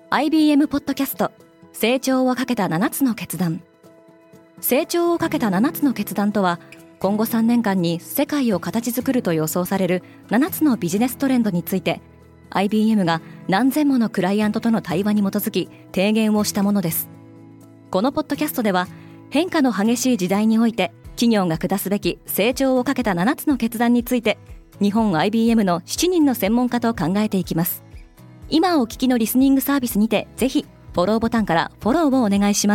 IBM ポッドキャスト成長をかけた7つの決断。成長をかけた7つの決断とは、今後3年間に世界を形作ると予想される7つのビジネストレンドについて IBM が何千ものクライアントとの対話に基づき提言をしたものです。このポッドキャストでは、変化の激しい時代において企業が下すべき成長をかけた7つの決断について、日本 IBM の7人の専門家と考えていきます。今お聞きのリスニングサービスにて、ぜひフォローボタンからフォローをお願いします。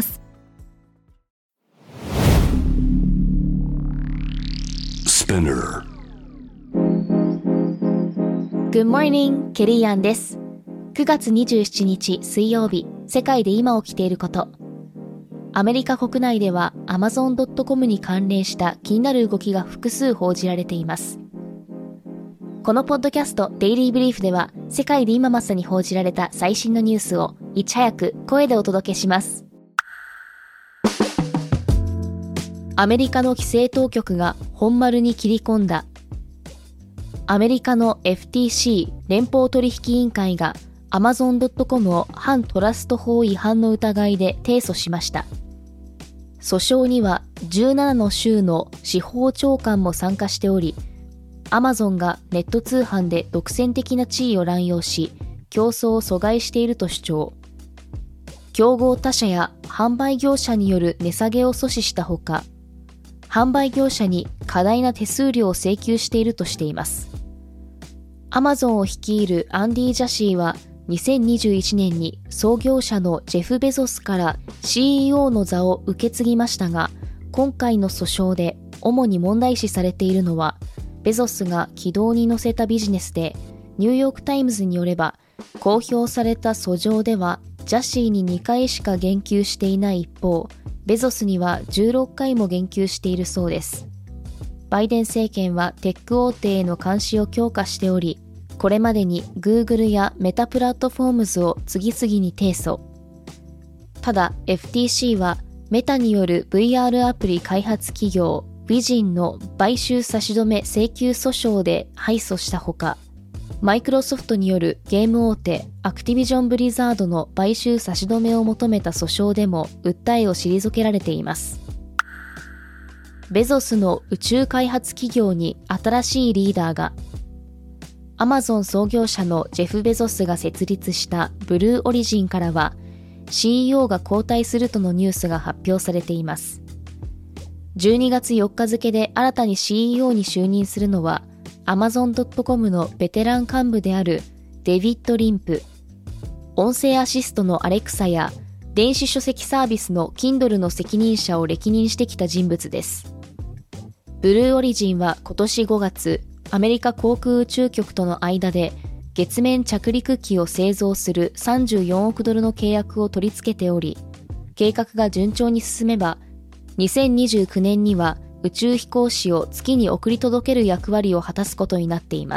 Good morning, ケリーアンです。9月27日水曜日、世界で今起きていること。アメリカ国内では Amazon.com に関連した気になる動きが複数報じられています。このポッドキャストデイリーブリーフでは、世界で今まさに報じられた最新のニュースをいち早く声でお届けします。アメリカの規制当局が本丸に切り込んだ。アメリカの FTC 連邦取引委員会が Amazon.com を反トラスト法違反の疑いで提訴しました。訴訟には17の州の司法長官も参加しており、Amazon がネット通販で独占的な地位を乱用し、競争を阻害していると主張。競合他社や販売業者による値下げを阻止したほか、販売業者に過大な手数料を請求しているとしています。Amazon を率いるアンディ・ジャシーは2021年に創業者のジェフ・ベゾスから CEO の座を受け継ぎましたが、今回の訴訟で主に問題視されているのは、ベゾスが軌道に乗せたビジネスで、ニューヨークタイムズによれば、公表された訴状では、ジャシーに2回しか言及していない一方、ベゾスには16回も言及しているそうです。バイデン政権はテック大手への監視を強化しており、これまでに Google やメタプラットフォームズを次々に提訴。ただ FTC はメタによる VR アプリ開発企業ビジンの買収差し止め請求訴訟で敗訴したほか、マイクロソフトによるゲーム大手アクティビジョンブリザードの買収差し止めを求めた訴訟でも訴えを退けられています。ベゾスの宇宙開発企業に新しいリーダーが。アマゾン創業者のジェフ・ベゾスが設立したブルーオリジンからは CEO が交代するとのニュースが発表されています。12月4日付で新たに CEO に就任するのは Amazon.com のベテラン幹部であるデビッド・リンプ、音声アシストのアレクサや電子書籍サービスの Kindle の責任者を歴任してきた人物です。ブルーオリジンは今年5月、アメリカ航空宇宙局との間で月面着陸機を製造する34億ドルの契約を取り付けており、計画が順調に進めば、2029年には宇宙飛行士を月に送り届ける役割を果たすことになっています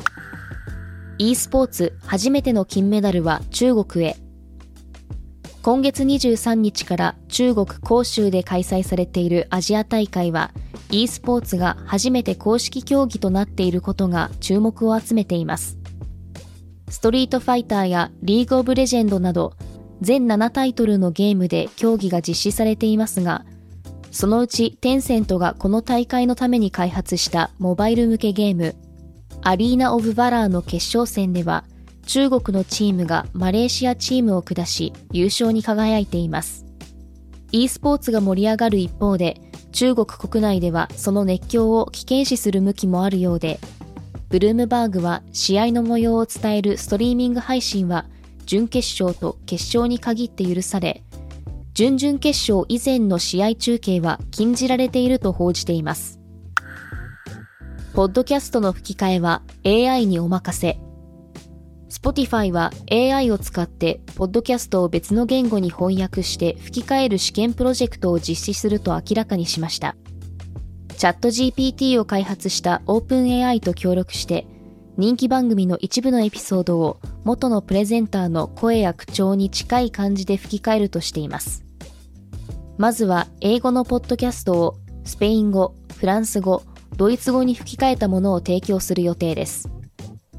。e スポーツ初めての金メダルは中国へ。今月23日から中国広州で開催されているアジア大会は e スポーツが初めて公式競技となっていることが注目を集めています。ストリートファイターやリーグオブレジェンドなど全7タイトルのゲームで競技が実施されていますが、そのうちテンセントがこの大会のために開発したモバイル向けゲームアリーナ・オブ・バラーの決勝戦では、中国のチームがマレーシアチームを下し優勝に輝いています。e スポーツが盛り上がる一方で、中国国内ではその熱狂を危険視する向きもあるようで、ブルームバーグは試合の模様を伝えるストリーミング配信は準決勝と決勝に限って許され、準々決勝以前の試合中継は禁じられていると報じています。ポッドキャストの吹き替えは AI にお任せ。Spotify は AI を使ってポッドキャストを別の言語に翻訳して吹き替える試験プロジェクトを実施すると明らかにしました。チャット GPT を開発した OpenAI と協力して人気番組の一部のエピソードを元のプレゼンターの声や口調に近い感じで吹き替えるとしています。まずは英語のポッドキャストをスペイン語、フランス語、ドイツ語に吹き替えたものを提供する予定です。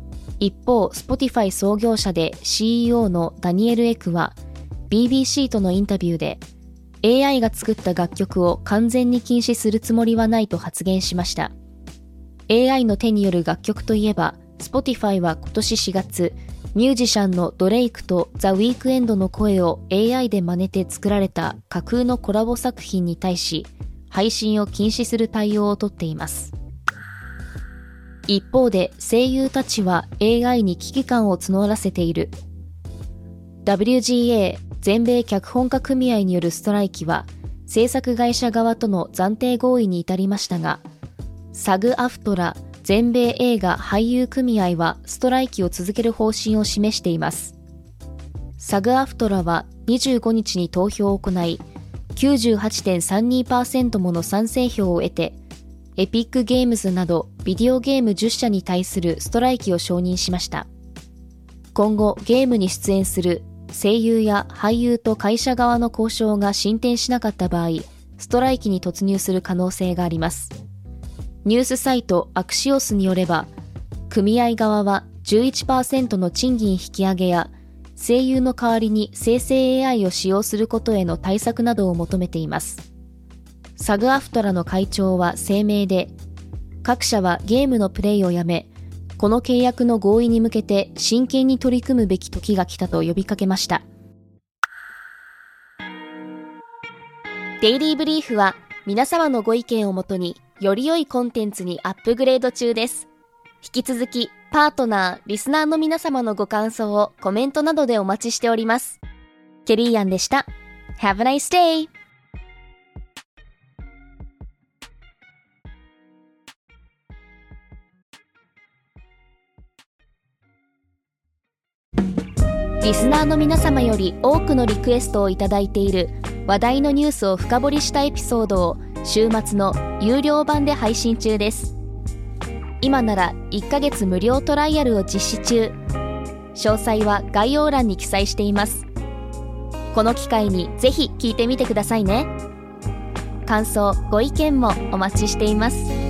一方、Spotify 創業者で CEO のダニエル・エクは BBC とのインタビューで AI が作った楽曲を完全に禁止するつもりはないと発言しました。AI の手による楽曲といえば、Spotify は今年4月、ミュージシャンのドレイクとザ・ウィークエンドの声を AI で真似て作られた架空のコラボ作品に対し、配信を禁止する対応をとっています。一方で声優たちは AI に危機感を募らせている。WGA 全米脚本家組合によるストライキは制作会社側との暫定合意に至りましたが、SAG-AFTRA 全米映画俳優組合はストライキを続ける方針を示しています。SAG-AFTRA は25日に投票を行い、98.32% もの賛成票を得て、エピックゲームズなどビデオゲーム10社に対するストライキを承認しました。今後ゲームに出演する声優や俳優と会社側の交渉が進展しなかった場合、ストライキに突入する可能性があります。ニュースサイトアクシオスによれば、組合側は 11% の賃金引き上げや声優の代わりに生成 AI を使用することへの対策などを求めています。SAG-AFTRA の会長は声明で、各社はゲームのプレイをやめ、この契約の合意に向けて真剣に取り組むべき時が来たと呼びかけました。デイリーブリーフは皆様のご意見をもとにより良いコンテンツにアップグレード中です。引き続きパートナー、リスナーの皆様のご感想をコメントなどでお待ちしております。ケリーアンでした。Have a nice day! リスナーの皆様より多くのリクエストをいただいている話題のニュースを深掘りしたエピソードを週末の有料版で配信中です。今なら1ヶ月無料トライアルを実施中。詳細は概要欄に記載しています。この機会にぜひ聞いてみてくださいね。感想、ご意見もお待ちしています。